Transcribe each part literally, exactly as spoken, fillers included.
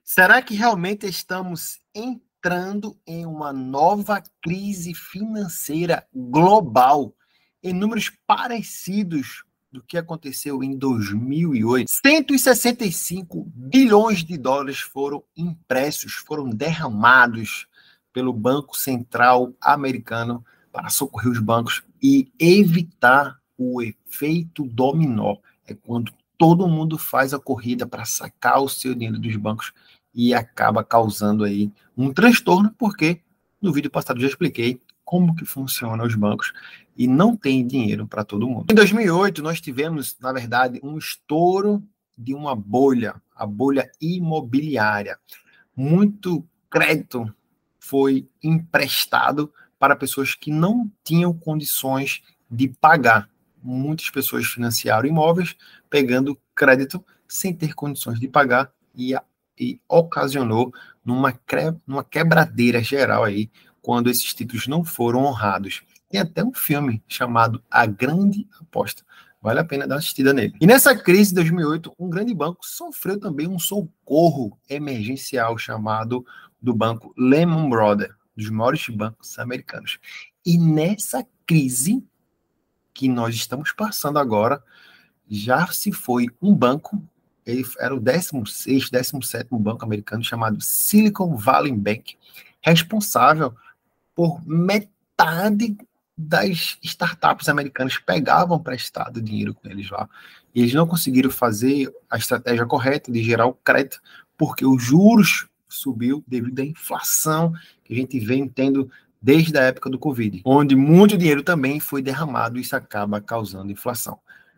Será que realmente estamos entrando em uma nova crise financeira global, em números parecidos do que aconteceu em dois mil e oito? cento e sessenta e cinco bilhões de dólares foram impressos, foram derramados pelo Banco Central americano para socorrer os bancos e evitar o efeito dominó. É quando todo mundo faz a corrida para sacar o seu dinheiro dos bancos e acaba causando aí um transtorno, porque no vídeo passado eu já expliquei como que funcionam os bancos e não tem dinheiro para todo mundo. Em dois mil e oito, nós tivemos, na verdade, um estouro de uma bolha, a bolha imobiliária. Muito crédito foi emprestado para pessoas que não tinham condições de pagar. Muitas pessoas financiaram imóveis pegando crédito sem ter condições de pagar e, e ocasionou numa, numa quebradeira geral aí, quando esses títulos não foram honrados. Tem até um filme chamado A Grande Aposta. Vale a pena dar uma assistida nele. E nessa crise de dois mil e oito, um grande banco sofreu também um socorro emergencial chamado do banco Lehman Brothers, dos maiores bancos americanos. E nessa crise que nós estamos passando agora, já se foi um banco, ele era o décimo sexto, décimo sétimo banco americano, chamado Silicon Valley Bank, responsável por metade das startups americanas pegavam emprestado dinheiro com eles lá. E eles não conseguiram fazer a estratégia correta de gerar o crédito, porque os juros subiu devido à inflação que a gente vem tendo desde a época do Covid, onde muito dinheiro também foi derramado e isso acaba causando inflação.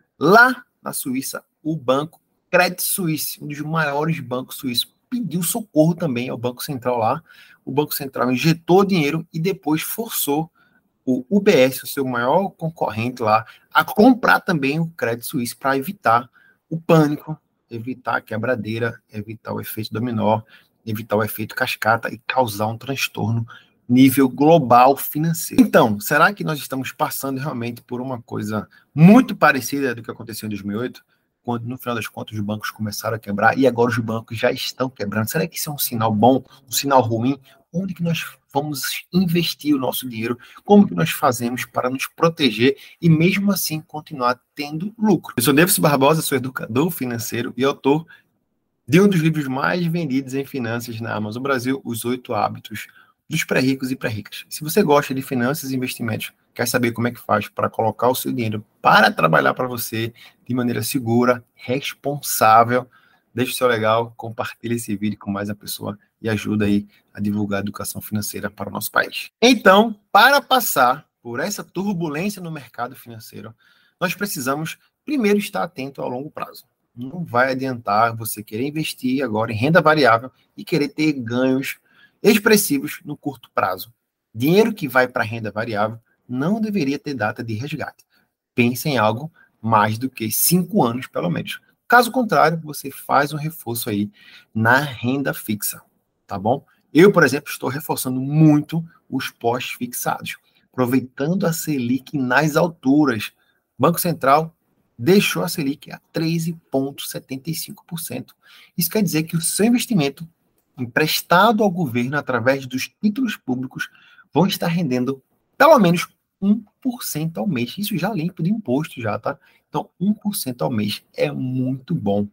Lá na Suíça, o banco Credit Suisse, um dos maiores bancos suíços, pediu socorro também ao Banco Central lá. O Banco Central injetou dinheiro e depois forçou o U B S, o seu maior concorrente lá, a comprar também o Credit Suisse para evitar o pânico, evitar a quebradeira, evitar o efeito dominó, evitar o efeito cascata e causar um transtorno nível global financeiro. Então, será que nós estamos passando realmente por uma coisa muito parecida do que aconteceu em dois mil e oito? Quando, no final das contas, os bancos começaram a quebrar e agora os bancos já estão quebrando. Será que isso é um sinal bom, um sinal ruim? Onde que nós vamos investir o nosso dinheiro? Como que nós fazemos para nos proteger e, mesmo assim, continuar tendo lucro? Eu sou Davidson Barbosa, sou educador financeiro e autor de um dos livros mais vendidos em finanças na Amazon Brasil, Os Oito Hábitos dos Pré-Ricos e Pré-Ricas. Se você gosta de finanças e investimentos, quer saber como é que faz para colocar o seu dinheiro para trabalhar para você de maneira segura, responsável, deixe o seu legal, compartilhe esse vídeo com mais uma pessoa e ajuda aí a divulgar a educação financeira para o nosso país. Então, para passar por essa turbulência no mercado financeiro, nós precisamos primeiro estar atento ao longo prazo. Não vai adiantar você querer investir agora em renda variável e querer ter ganhos expressivos no curto prazo. Dinheiro que vai para renda variável não deveria ter data de resgate. Pense em algo mais do que cinco anos, pelo menos. Caso contrário, você faz um reforço aí na renda fixa, tá bom? Eu, por exemplo, estou reforçando muito os pós-fixados, aproveitando a Selic nas alturas. Banco Central deixou a Selic a treze vírgula setenta e cinco por cento. Isso quer dizer que o seu investimento emprestado ao governo através dos títulos públicos vão estar rendendo pelo menos um por cento ao mês. Isso já limpo de imposto já, tá? Então, um por cento ao mês é muito bom.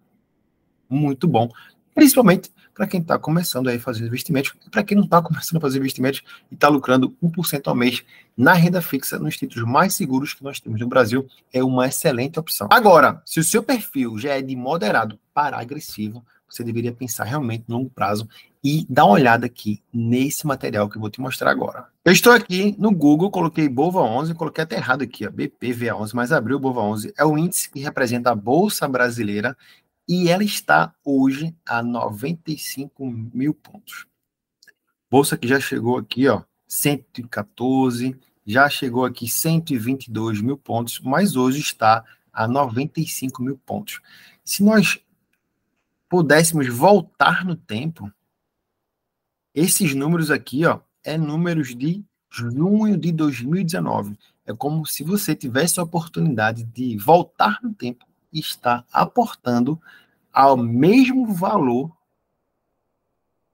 Muito bom. Principalmente para quem está começando aí a fazer investimentos e para quem não está começando a fazer investimentos e está lucrando um por cento ao mês na renda fixa, nos títulos mais seguros que nós temos no Brasil, é uma excelente opção. Agora, se o seu perfil já é de moderado para agressivo, você deveria pensar realmente no longo prazo e dar uma olhada aqui nesse material que eu vou te mostrar agora. Eu estou aqui no Google, coloquei Bova onze, coloquei até errado aqui, ó, B P V A onze, mas abriu o Bova onze. É o índice que representa a Bolsa Brasileira e ela está hoje a noventa e cinco mil pontos. Bolsa que já chegou aqui, ó, cento e quatorze, já chegou aqui cento e vinte e dois mil pontos, mas hoje está a noventa e cinco mil pontos. Se nós pudéssemos voltar no tempo, esses números aqui, ó, é números de junho de dois mil e dezenove. É como se você tivesse a oportunidade de voltar no tempo e estar aportando ao mesmo valor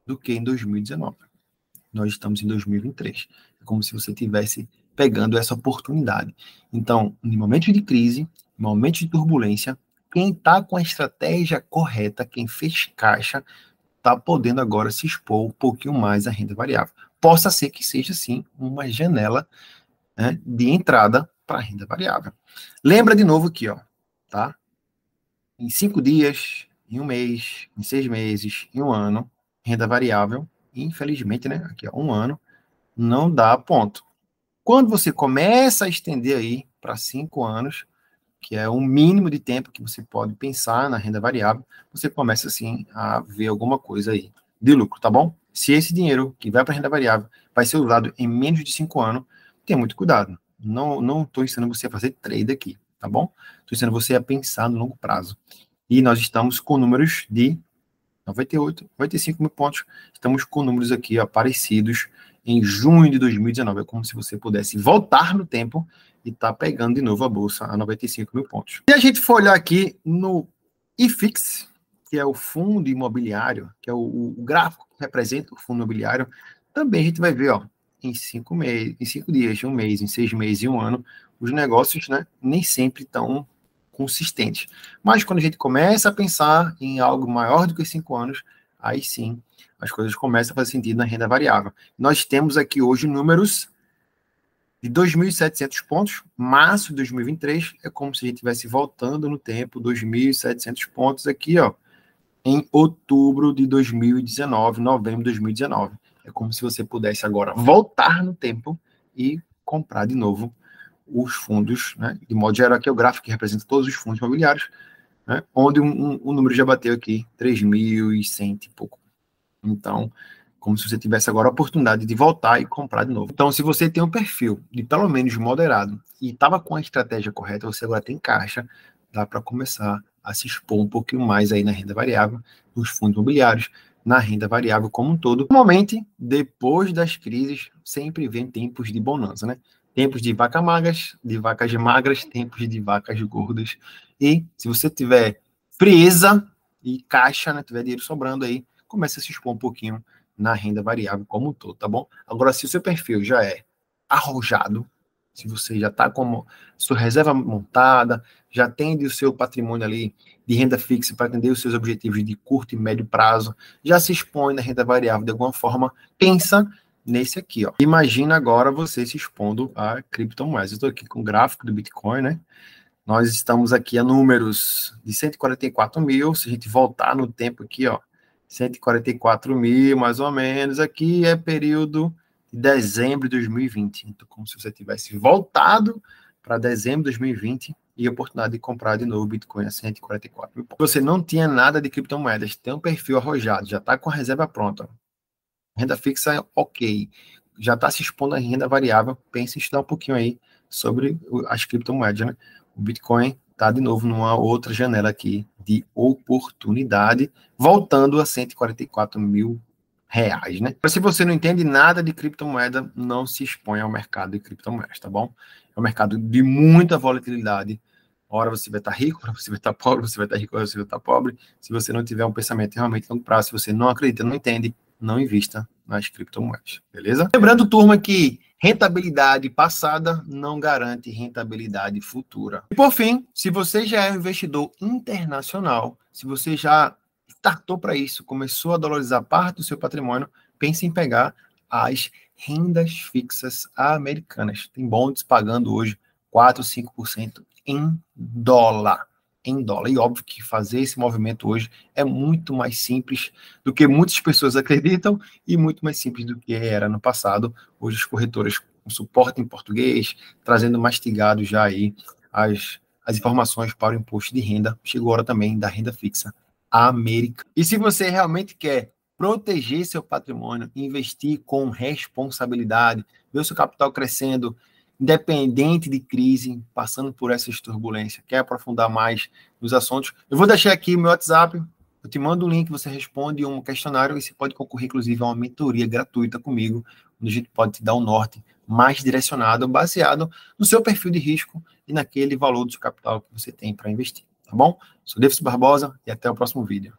do que em dois mil e dezenove. Nós estamos em dois mil e vinte e três. É como se você estivesse pegando essa oportunidade. Então, em momentos de crise, em momentos de turbulência, quem está com a estratégia correta, quem fez caixa, está podendo agora se expor um pouquinho mais à renda variável. Possa ser que seja, sim, uma janela, né, de entrada para a renda variável. Lembra de novo aqui, ó, tá? Em cinco dias, em um mês, em seis meses, em um ano, renda variável, infelizmente, né, aqui, ó, um ano, não dá ponto. Quando você começa a estender aí para cinco anos, que é o mínimo de tempo que você pode pensar na renda variável, você começa, assim, a ver alguma coisa aí de lucro, tá bom? Se esse dinheiro que vai para a renda variável vai ser usado em menos de cinco anos, tenha muito cuidado. Não não estou ensinando você a fazer trade aqui, tá bom? Estou ensinando você a pensar no longo prazo. E nós estamos com números de noventa e oito, noventa e cinco mil pontos. Estamos com números aqui, ó, parecidos em junho de dois mil e dezenove. É como se você pudesse voltar no tempo e tá pegando de novo a bolsa a noventa e cinco mil pontos. Se a gente for olhar aqui no I F I X, que é o fundo imobiliário, que é o, o gráfico que representa o fundo imobiliário, também a gente vai ver, ó, em cinco meses, em cinco dias, um mês, em seis meses e um ano, os negócios, né, nem sempre estão consistentes. Mas quando a gente começa a pensar em algo maior do que cinco anos, aí sim as coisas começam a fazer sentido na renda variável. Nós temos aqui hoje números de dois mil e setecentos pontos, março de dois mil e vinte e três, é como se a gente estivesse voltando no tempo, dois mil e setecentos pontos aqui, ó, em outubro de dois mil e dezenove, novembro de dois mil e dezenove. É como se você pudesse agora voltar no tempo e comprar de novo os fundos, né? De modo geral, aqui é o gráfico que representa todos os fundos imobiliários, né? Onde o um, um, um número já bateu aqui, três mil e cem e pouco. Então, como se você tivesse agora a oportunidade de voltar e comprar de novo. Então, se você tem um perfil de pelo menos moderado e estava com a estratégia correta, você agora tem caixa, dá para começar a se expor um pouquinho mais aí na renda variável, nos fundos imobiliários, na renda variável como um todo. Normalmente, depois das crises, sempre vem tempos de bonança, né? Tempos de vacas magras, de vacas magras, tempos de vacas gordas. E se você tiver frieza e caixa, né, tiver dinheiro sobrando aí, comece a se expor um pouquinho na renda variável como um todo, tá bom? Agora, se o seu perfil já é arrojado, se você já está com sua reserva montada, já atende o seu patrimônio ali de renda fixa para atender os seus objetivos de curto e médio prazo, já se expõe na renda variável de alguma forma, pensa nesse aqui, ó. Imagina agora você se expondo a criptomoedas. Eu estou aqui com o gráfico do Bitcoin, né? Nós estamos aqui a números de cento e quarenta e quatro mil, se a gente voltar no tempo aqui, ó, cento e quarenta e quatro mil, mais ou menos, aqui é período de dezembro de dois mil e vinte. Então, como se você tivesse voltado para dezembro de dois mil e vinte e a oportunidade de comprar de novo Bitcoin a cento e quarenta e quatro mil. Você não tinha nada de criptomoedas, tem um perfil arrojado, já está com a reserva pronta. Renda fixa, ok. Já está se expondo a renda variável, pense em estudar um pouquinho aí sobre as criptomoedas, né? O Bitcoin está de novo numa outra janela aqui de oportunidade, voltando a cento e quarenta e quatro mil reais, né? Mas se você não entende nada de criptomoeda, não se exponha ao mercado de criptomoedas, tá bom? É um mercado de muita volatilidade. Ora você vai estar rico, ora você vai estar pobre, você vai estar rico, ora você vai estar pobre. Se você não tiver um pensamento realmente longo prazo, se você não acredita, não entende, não invista nas criptomoedas, beleza? Lembrando, turma, que rentabilidade passada não garante rentabilidade futura. E por fim, se você já é um investidor internacional, se você já startou para isso, começou a dolarizar parte do seu patrimônio, pense em pegar as rendas fixas americanas. Tem bonds pagando hoje quatro, cinco por cento em dólar. Em dólar. E óbvio que fazer esse movimento hoje é muito mais simples do que muitas pessoas acreditam e muito mais simples do que era no passado. Hoje as corretoras com suporte em português, trazendo mastigado já aí as, as informações para o imposto de renda. Chegou a hora também da renda fixa americana. E se você realmente quer proteger seu patrimônio, investir com responsabilidade, ver o seu capital crescendo, independente de crise, passando por essas turbulências, quer aprofundar mais nos assuntos, eu vou deixar aqui o meu WhatsApp, eu te mando um link, você responde um questionário e você pode concorrer, inclusive, a uma mentoria gratuita comigo, onde a gente pode te dar um norte mais direcionado, baseado no seu perfil de risco e naquele valor do seu capital que você tem para investir, tá bom? Sou Davidson Barbosa e até o próximo vídeo.